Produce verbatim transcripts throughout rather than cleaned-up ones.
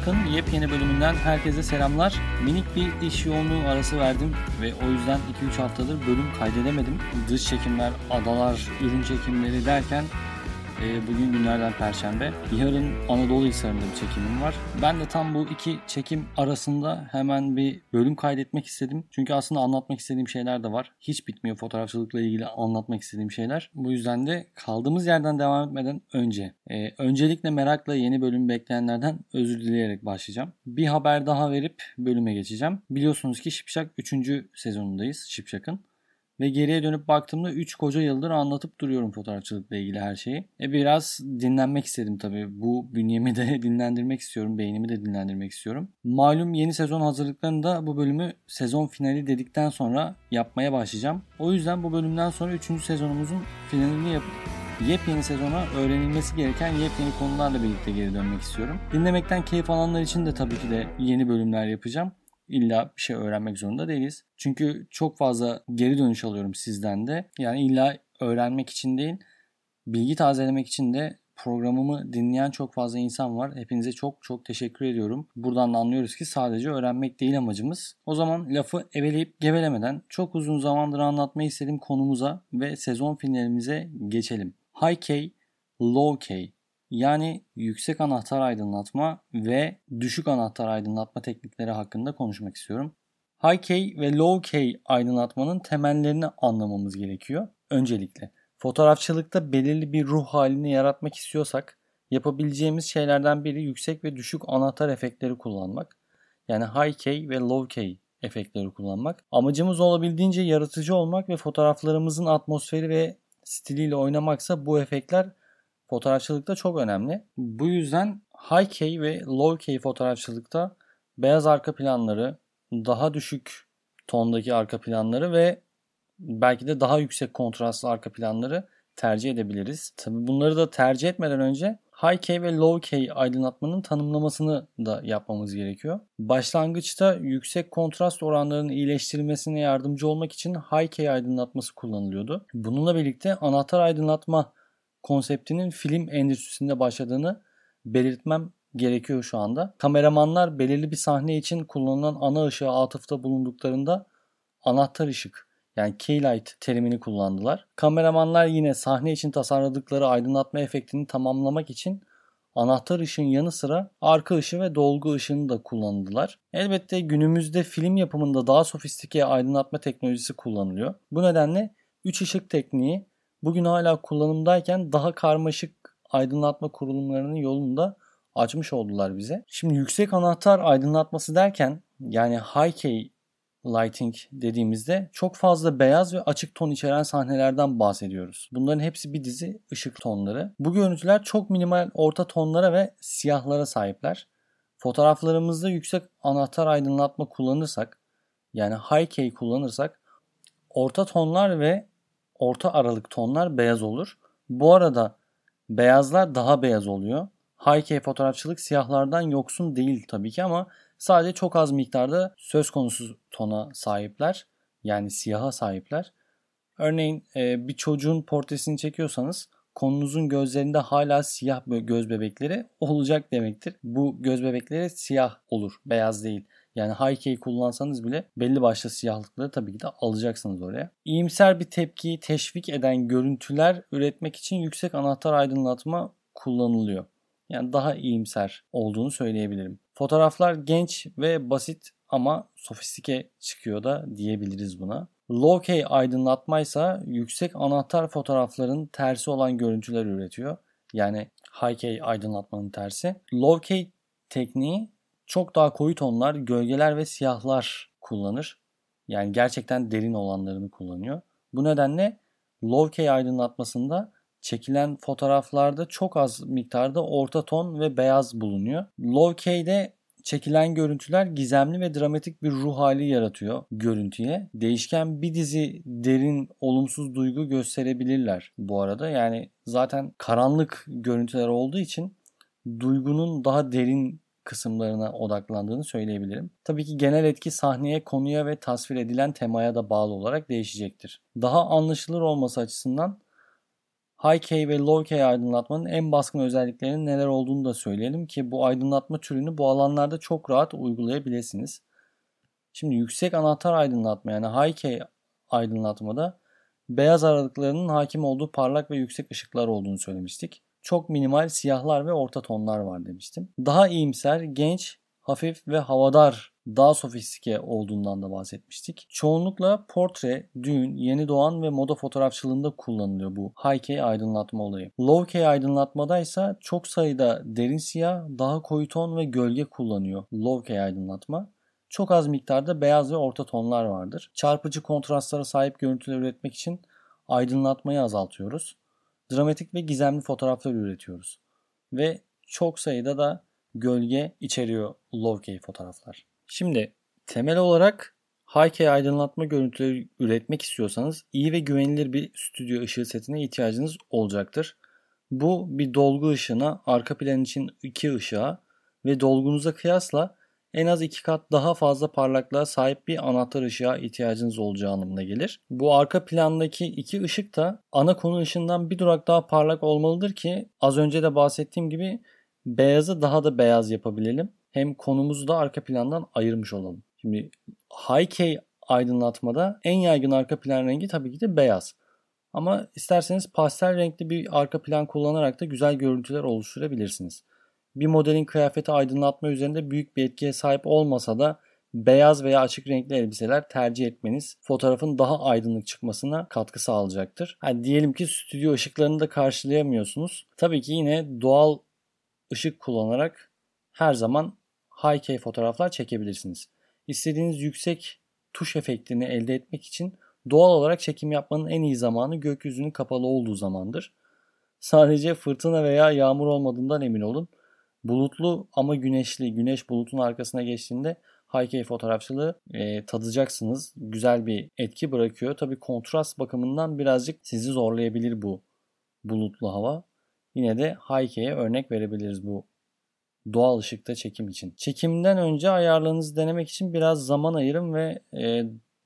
Şipşak'ın yepyeni bölümünden herkese selamlar. Minik bir iş yoğunluğu arası verdim ve o yüzden iki üç haftadır bölüm kaydedemedim. Dış çekimler, adalar, ürün çekimleri derken e, bugün günlerden Perşembe. Yarın Anadolu Hisarı'nda bir çekimim var. Ben de tam bu iki çekim arasında hemen bir bölüm kaydetmek istedim. Çünkü aslında anlatmak istediğim şeyler de var. Hiç bitmiyor fotoğrafçılıkla ilgili anlatmak istediğim şeyler. Bu yüzden de kaldığımız yerden devam etmeden önce e, öncelikle merakla yeni bölüm bekleyenlerden özür dileyerek başlayacağım. Bir haber daha verip bölüme geçeceğim. Biliyorsunuz ki Şipşak üçüncü sezonundayız Şipşak'ın. Ve geriye dönüp baktığımda üç koca yıldır anlatıp duruyorum fotoğrafçılıkla ilgili her şeyi. E biraz dinlenmek istedim tabii. Bu bünyemi de dinlendirmek istiyorum. Beynimi de dinlendirmek istiyorum. Malum yeni sezon hazırlıklarında bu bölümü sezon finali dedikten sonra yapmaya başlayacağım. O yüzden bu bölümden sonra üçüncü sezonumuzun finalini yapıp yepyeni sezona öğrenilmesi gereken yepyeni konularla birlikte geri dönmek istiyorum. Dinlemekten keyif alanlar için de tabii ki de yeni bölümler yapacağım. İlla bir şey öğrenmek zorunda değiliz. Çünkü çok fazla geri dönüş alıyorum sizden de. Yani illa öğrenmek için değil, bilgi tazelemek için de programımı dinleyen çok fazla insan var. Hepinize çok çok teşekkür ediyorum. Buradan da anlıyoruz ki sadece öğrenmek değil amacımız. O zaman lafı eveleyip gevelemeden çok uzun zamandır anlatmayı istediğim konumuza ve sezon finalimize geçelim. High K, Low K. Yani yüksek anahtar aydınlatma ve düşük anahtar aydınlatma teknikleri hakkında konuşmak istiyorum. High K ve Low K aydınlatmanın temellerini anlamamız gerekiyor. Öncelikle fotoğrafçılıkta belirli bir ruh halini yaratmak istiyorsak yapabileceğimiz şeylerden biri yüksek ve düşük anahtar efektleri kullanmak. Yani High K ve Low K efektleri kullanmak. Amacımız olabildiğince yaratıcı olmak ve fotoğraflarımızın atmosferi ve stiliyle oynamaksa bu efektler fotoğrafçılıkta çok önemli. Bu yüzden High K ve Low K fotoğrafçılıkta beyaz arka planları, daha düşük tondaki arka planları ve belki de daha yüksek kontrastlı arka planları tercih edebiliriz. Tabii bunları da tercih etmeden önce High K ve Low K aydınlatmanın tanımlamasını da yapmamız gerekiyor. Başlangıçta yüksek kontrast oranlarının iyileştirilmesine yardımcı olmak için High K aydınlatması kullanılıyordu. Bununla birlikte anahtar aydınlatma konseptinin film endüstrisinde başladığını belirtmem gerekiyor şu anda. Kameramanlar belirli bir sahne için kullanılan ana ışığa atıfta bulunduklarında anahtar ışık yani keylight terimini kullandılar. Kameramanlar yine sahne için tasarladıkları aydınlatma efektini tamamlamak için anahtar ışığın yanı sıra arka ışığı ve dolgu ışığını da kullandılar. Elbette günümüzde film yapımında daha sofistike aydınlatma teknolojisi kullanılıyor. Bu nedenle üç ışık tekniği bugün hala kullanımdayken daha karmaşık aydınlatma kurulumlarının yolunu da açmış oldular bize. Şimdi yüksek anahtar aydınlatması derken yani High K lighting dediğimizde çok fazla beyaz ve açık ton içeren sahnelerden bahsediyoruz. Bunların hepsi bir dizi ışık tonları. Bu görüntüler çok minimal orta tonlara ve siyahlara sahipler. Fotoğraflarımızda yüksek anahtar aydınlatma kullanırsak yani High K kullanırsak orta tonlar ve orta aralık tonlar beyaz olur. Bu arada beyazlar daha beyaz oluyor. High K fotoğrafçılık siyahlardan yoksun değil tabii ki ama sadece çok az miktarda söz konusu tona sahipler. Yani siyaha sahipler. Örneğin bir çocuğun portresini çekiyorsanız konunuzun gözlerinde hala siyah göz bebekleri olacak demektir. Bu göz bebekleri siyah olur, beyaz değil. Yani High K kullansanız bile belli başlı siyahlıkları tabii ki de alacaksınız oraya. İyimser bir tepkiyi teşvik eden görüntüler üretmek için yüksek anahtar aydınlatma kullanılıyor. Yani daha iyimser olduğunu söyleyebilirim. Fotoğraflar genç ve basit ama sofistike çıkıyor da diyebiliriz buna. Low K aydınlatmaysa yüksek anahtar fotoğrafların tersi olan görüntüler üretiyor. Yani High K aydınlatmanın tersi. Low K tekniği çok daha koyu tonlar, gölgeler ve siyahlar kullanır. Yani gerçekten derin olanlarını kullanıyor. Bu nedenle Low K aydınlatmasında çekilen fotoğraflarda çok az miktarda orta ton ve beyaz bulunuyor. Low K'de çekilen görüntüler gizemli ve dramatik bir ruh hali yaratıyor görüntüye. Değişken bir dizi derin olumsuz duygu gösterebilirler bu arada. Yani zaten karanlık görüntüler olduğu için duygunun daha derin kısımlarına odaklandığını söyleyebilirim. Tabii ki genel etki sahneye, konuya ve tasvir edilen temaya da bağlı olarak değişecektir. Daha anlaşılır olması açısından High key ve low key aydınlatmanın en baskın özelliklerinin neler olduğunu da söyleyelim ki bu aydınlatma türünü bu alanlarda çok rahat uygulayabilirsiniz. Şimdi yüksek anahtar aydınlatma yani high key aydınlatmada beyaz aralıklarının hakim olduğu parlak ve yüksek ışıklar olduğunu söylemiştik. Çok minimal siyahlar ve orta tonlar var demiştim. Daha iyimser, genç, hafif ve havadar, daha sofistike olduğundan da bahsetmiştik. Çoğunlukla portre, düğün, yeni doğan ve moda fotoğrafçılığında kullanılıyor bu high key aydınlatma olayı. Low key aydınlatmada ise çok sayıda derin siyah, daha koyu ton ve gölge kullanıyor low key aydınlatma. Çok az miktarda beyaz ve orta tonlar vardır. Çarpıcı kontrastlara sahip görüntüler üretmek için aydınlatmayı azaltıyoruz. Dramatik ve gizemli fotoğraflar üretiyoruz. Ve çok sayıda da gölge içeriyor low key fotoğraflar. Şimdi temel olarak high key aydınlatma görüntüleri üretmek istiyorsanız iyi ve güvenilir bir stüdyo ışığı setine ihtiyacınız olacaktır. Bu bir dolgu ışığına, arka plan için iki ışığa ve dolgunuza kıyasla en az iki kat daha fazla parlaklığa sahip bir anahtar ışığa ihtiyacınız olacağı anlamına gelir. Bu arka plandaki iki ışık da ana konu ışığından bir durak daha parlak olmalıdır ki az önce de bahsettiğim gibi beyazı daha da beyaz yapabilelim. Hem konumuzu da arka plandan ayırmış olalım. Şimdi high key aydınlatmada en yaygın arka plan rengi tabii ki de beyaz. Ama isterseniz pastel renkli bir arka plan kullanarak da güzel görüntüler oluşturabilirsiniz. Bir modelin kıyafeti aydınlatma üzerinde büyük bir etkiye sahip olmasa da beyaz veya açık renkli elbiseler tercih etmeniz fotoğrafın daha aydınlık çıkmasına katkı sağlayacaktır. Yani diyelim ki stüdyo ışıklarını da karşılayamıyorsunuz. Tabii ki yine doğal ışık kullanarak her zaman high key fotoğraflar çekebilirsiniz. İstediğiniz yüksek tuş efektini elde etmek için doğal olarak çekim yapmanın en iyi zamanı gökyüzünün kapalı olduğu zamandır. Sadece fırtına veya yağmur olmadığından emin olun. Bulutlu ama güneşli, güneş bulutun arkasına geçtiğinde high key fotoğrafçılığı e, tadacaksınız. Güzel bir etki bırakıyor. Tabii kontrast bakımından birazcık sizi zorlayabilir bu bulutlu hava. Yine de high key'e örnek verebiliriz bu doğal ışıkta çekim için. Çekimden önce ayarlarınızı denemek için biraz zaman ayırın ve e,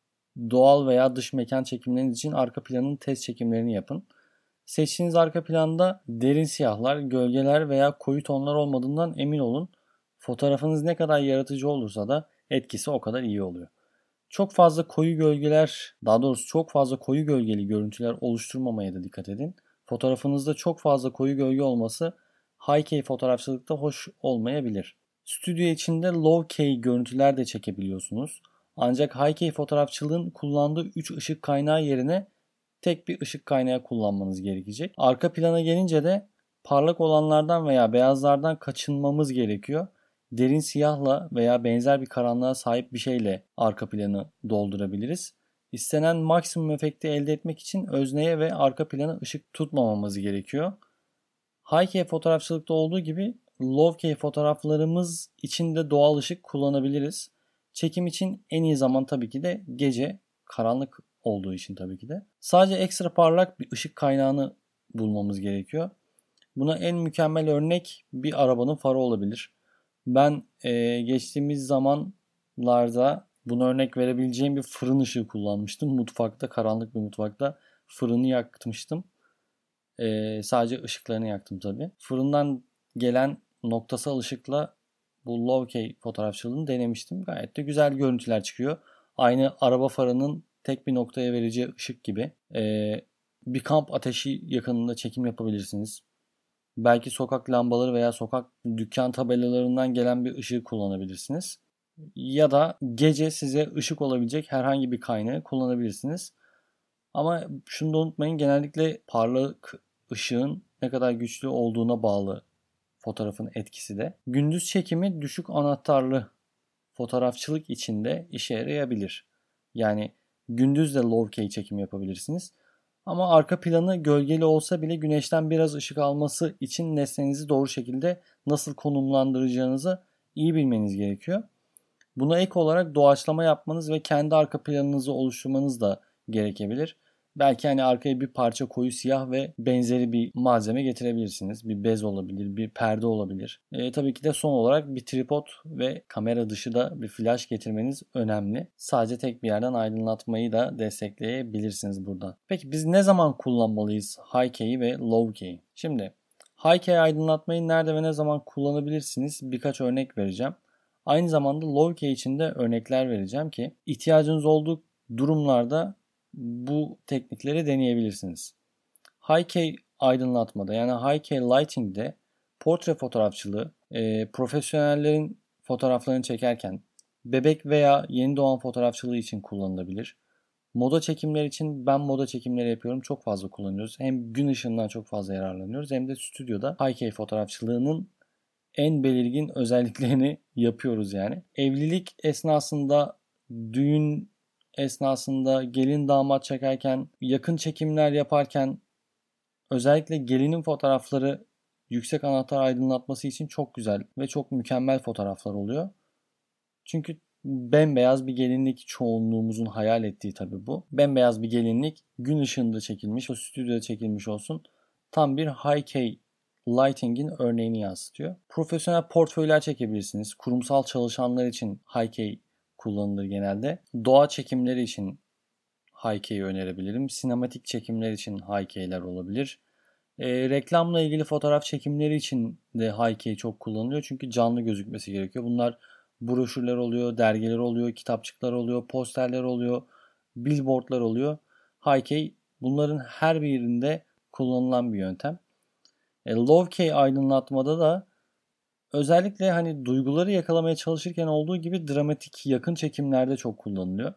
doğal veya dış mekan çekimleriniz için arka planın test çekimlerini yapın. Seçtiğiniz arka planda derin siyahlar, gölgeler veya koyu tonlar olmadığından emin olun. Fotoğrafınız ne kadar yaratıcı olursa da etkisi o kadar iyi oluyor. Çok fazla koyu gölgeler, daha doğrusu çok fazla koyu gölgeli görüntüler oluşturmamaya da dikkat edin. Fotoğrafınızda çok fazla koyu gölge olması high key fotoğrafçılıkta hoş olmayabilir. Stüdyo içinde low key görüntüler de çekebiliyorsunuz. Ancak high key fotoğrafçılığın kullandığı üç ışık kaynağı yerine tek bir ışık kaynağı kullanmanız gerekecek. Arka plana gelince de parlak olanlardan veya beyazlardan kaçınmamız gerekiyor. Derin siyahla veya benzer bir karanlığa sahip bir şeyle arka planı doldurabiliriz. İstenen maksimum efekti elde etmek için özneye ve arka plana ışık tutmamamız gerekiyor. High key fotoğrafçılıkta olduğu gibi low key fotoğraflarımız için de doğal ışık kullanabiliriz. Çekim için en iyi zaman tabii ki de gece, karanlık olduğu için tabii ki de. Sadece ekstra parlak bir ışık kaynağını bulmamız gerekiyor. Buna en mükemmel örnek bir arabanın farı olabilir. Ben e, geçtiğimiz zamanlarda buna örnek verebileceğim bir fırın ışığı kullanmıştım. Mutfakta, karanlık bir mutfakta fırını yakmıştım. E, sadece ışıklarını yaktım tabii. Fırından gelen noktasal ışıkla bu low key fotoğrafçılığını denemiştim. Gayet de güzel görüntüler çıkıyor. Aynı araba farının tek bir noktaya vereceği ışık gibi. Ee, bir kamp ateşi yakınında çekim yapabilirsiniz. Belki sokak lambaları veya sokak dükkan tabelalarından gelen bir ışığı kullanabilirsiniz. Ya da gece size ışık olabilecek herhangi bir kaynağı kullanabilirsiniz. Ama şunu da unutmayın, genellikle parlak ışığın ne kadar güçlü olduğuna bağlı fotoğrafın etkisi de. Gündüz çekimi düşük anahtarlı fotoğrafçılık için de işe yarayabilir. Yani gündüz de low key çekim yapabilirsiniz. Ama arka planı gölgeli olsa bile güneşten biraz ışık alması için nesnenizi doğru şekilde nasıl konumlandıracağınızı iyi bilmeniz gerekiyor. Buna ek olarak doğaçlama yapmanız ve kendi arka planınızı oluşturmanız da gerekebilir. Belki hani arkaya bir parça koyu siyah ve benzeri bir malzeme getirebilirsiniz. Bir bez olabilir, bir perde olabilir. E, tabii ki de son olarak bir tripod ve kamera dışı da bir flash getirmeniz önemli. Sadece tek bir yerden aydınlatmayı da destekleyebilirsiniz buradan. Peki biz ne zaman kullanmalıyız high key ve low key? Şimdi high key aydınlatmayı nerede ve ne zaman kullanabilirsiniz? Birkaç örnek vereceğim. Aynı zamanda low key için de örnekler vereceğim ki ihtiyacınız olduğu durumlarda bu teknikleri deneyebilirsiniz. High key aydınlatmada yani high key lighting'de portre fotoğrafçılığı, e, profesyonellerin fotoğraflarını çekerken bebek veya yeni doğan fotoğrafçılığı için kullanılabilir. Moda çekimler için ben moda çekimleri yapıyorum. Çok fazla kullanıyoruz. Hem gün ışığından çok fazla yararlanıyoruz hem de stüdyoda high key fotoğrafçılığının en belirgin özelliklerini yapıyoruz yani. Evlilik esnasında, düğün esnasında, gelin damat çekerken, yakın çekimler yaparken özellikle gelinin fotoğrafları yüksek anahtar aydınlatması için çok güzel ve çok mükemmel fotoğraflar oluyor. Çünkü bembeyaz bir gelinlik çoğunluğumuzun hayal ettiği tabii bu. Bembeyaz bir gelinlik gün ışığında çekilmiş, o stüdyoda çekilmiş olsun. Tam bir high key lighting'in örneğini yansıtıyor. Profesyonel portföyler çekebilirsiniz. Kurumsal çalışanlar için high key kullanılır genelde. Doğa çekimleri için high key'i önerebilirim. Sinematik çekimler için high key'ler olabilir. E, reklamla ilgili fotoğraf çekimleri için de high key çok kullanılıyor. Çünkü canlı gözükmesi gerekiyor. Bunlar broşürler oluyor, dergiler oluyor, kitapçıklar oluyor, posterler oluyor, billboardlar oluyor. High key bunların her birinde kullanılan bir yöntem. E, low key aydınlatmada da özellikle hani duyguları yakalamaya çalışırken olduğu gibi dramatik yakın çekimlerde çok kullanılıyor.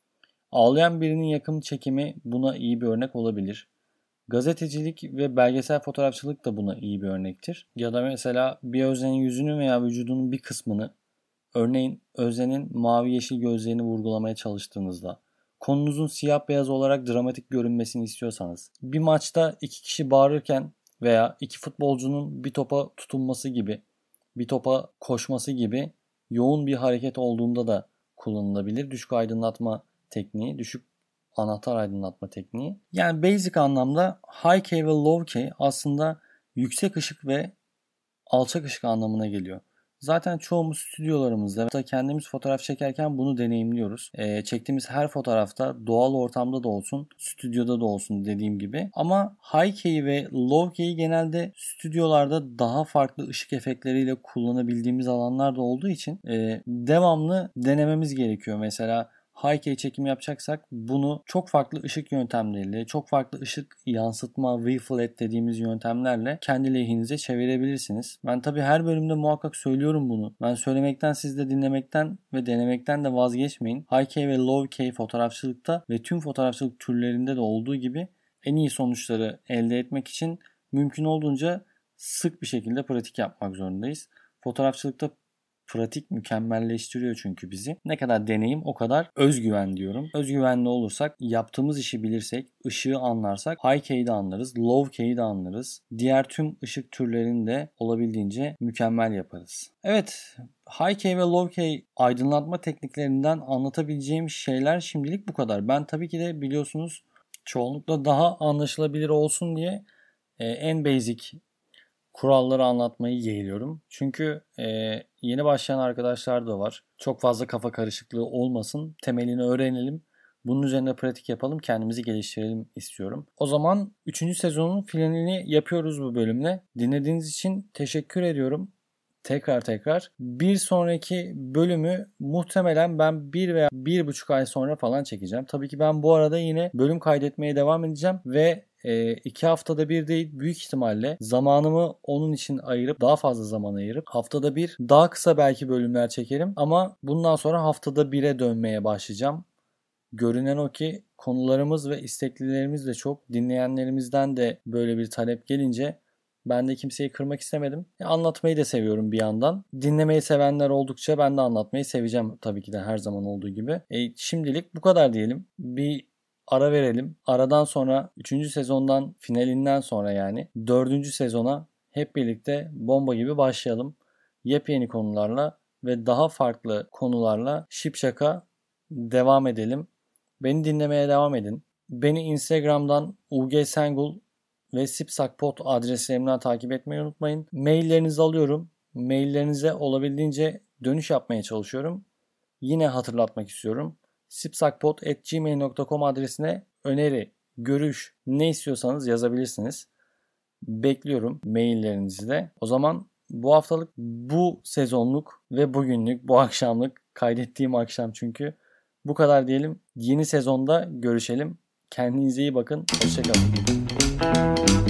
Ağlayan birinin yakın çekimi buna iyi bir örnek olabilir. Gazetecilik ve belgesel fotoğrafçılık da buna iyi bir örnektir. Ya da mesela bir öznenin yüzünü veya vücudunun bir kısmını, örneğin öznenin mavi yeşil gözlerini vurgulamaya çalıştığınızda, konunuzun siyah beyaz olarak dramatik görünmesini istiyorsanız, bir maçta iki kişi bağırırken veya iki futbolcunun bir topa tutunması gibi, bir topa koşması gibi yoğun bir hareket olduğunda da kullanılabilir. Düşük aydınlatma tekniği, düşük anahtar aydınlatma tekniği. Yani basic anlamda high key ve low key aslında yüksek ışık ve alçak ışık anlamına geliyor. Zaten çoğumuz stüdyolarımızda da kendimiz fotoğraf çekerken bunu deneyimliyoruz. E, çektiğimiz her fotoğrafta doğal ortamda da olsun, stüdyoda da olsun dediğim gibi. Ama high key ve low key'i genelde stüdyolarda daha farklı ışık efektleriyle kullanabildiğimiz alanlar da olduğu için e, devamlı denememiz gerekiyor. Mesela high key çekim yapacaksak bunu çok farklı ışık yöntemleriyle, çok farklı ışık yansıtma, reflet dediğimiz yöntemlerle kendi lehinize çevirebilirsiniz. Ben tabii her bölümde muhakkak söylüyorum bunu. Ben söylemekten, siz de dinlemekten ve denemekten de vazgeçmeyin. High key ve low key fotoğrafçılıkta ve tüm fotoğrafçılık türlerinde de olduğu gibi en iyi sonuçları elde etmek için mümkün olduğunca sık bir şekilde pratik yapmak zorundayız. Fotoğrafçılıkta pratik mükemmelleştiriyor çünkü bizi. Ne kadar deneyim o kadar özgüven diyorum. Özgüvenli olursak, yaptığımız işi bilirsek, ışığı anlarsak high key'i de anlarız, low key'i de anlarız. Diğer tüm ışık türlerini de olabildiğince mükemmel yaparız. Evet, high key ve low key aydınlatma tekniklerinden anlatabileceğim şeyler şimdilik bu kadar. Ben tabii ki de biliyorsunuz çoğunlukla daha anlaşılabilir olsun diye en basic kuralları anlatmayı yeğliyorum. Çünkü e, yeni başlayan arkadaşlar da var. Çok fazla kafa karışıklığı olmasın. Temelini öğrenelim. Bunun üzerine pratik yapalım. Kendimizi geliştirelim istiyorum. O zaman üçüncü sezonun finalini yapıyoruz bu bölümle. Dinlediğiniz için teşekkür ediyorum. Tekrar tekrar. Bir sonraki bölümü muhtemelen ben bir veya bir buçuk ay sonra falan çekeceğim. Tabii ki ben bu arada yine bölüm kaydetmeye devam edeceğim ve e, iki haftada bir değil, büyük ihtimalle zamanımı onun için ayırıp, daha fazla zaman ayırıp haftada bir daha kısa belki bölümler çekerim. Ama bundan sonra haftada bire dönmeye başlayacağım. Görünen o ki konularımız ve isteklilerimiz de çok. Dinleyenlerimizden de böyle bir talep gelince ben de kimseyi kırmak istemedim. E, anlatmayı da seviyorum bir yandan. Dinlemeyi sevenler oldukça ben de anlatmayı seveceğim tabii ki de her zaman olduğu gibi. E, şimdilik bu kadar diyelim. Bir ara verelim. Aradan sonra üçüncü sezondan, finalinden sonra yani dördüncü sezona hep birlikte bomba gibi başlayalım. Yepyeni konularla ve daha farklı konularla şipşaka devam edelim. Beni dinlemeye devam edin. Beni Instagram'dan ugsengul ve sipsakpot adreslerimden takip etmeyi unutmayın. Maillerinizi alıyorum. Maillerinize olabildiğince dönüş yapmaya çalışıyorum. Yine hatırlatmak istiyorum. sipsakpot at gmail nokta com adresine öneri, görüş, ne istiyorsanız yazabilirsiniz. Bekliyorum maillerinizi de. O zaman bu haftalık, bu sezonluk ve bugünlük, bu akşamlık, kaydettiğim akşam çünkü, bu kadar diyelim. Yeni sezonda görüşelim. Kendinize iyi bakın. Hoşçakalın.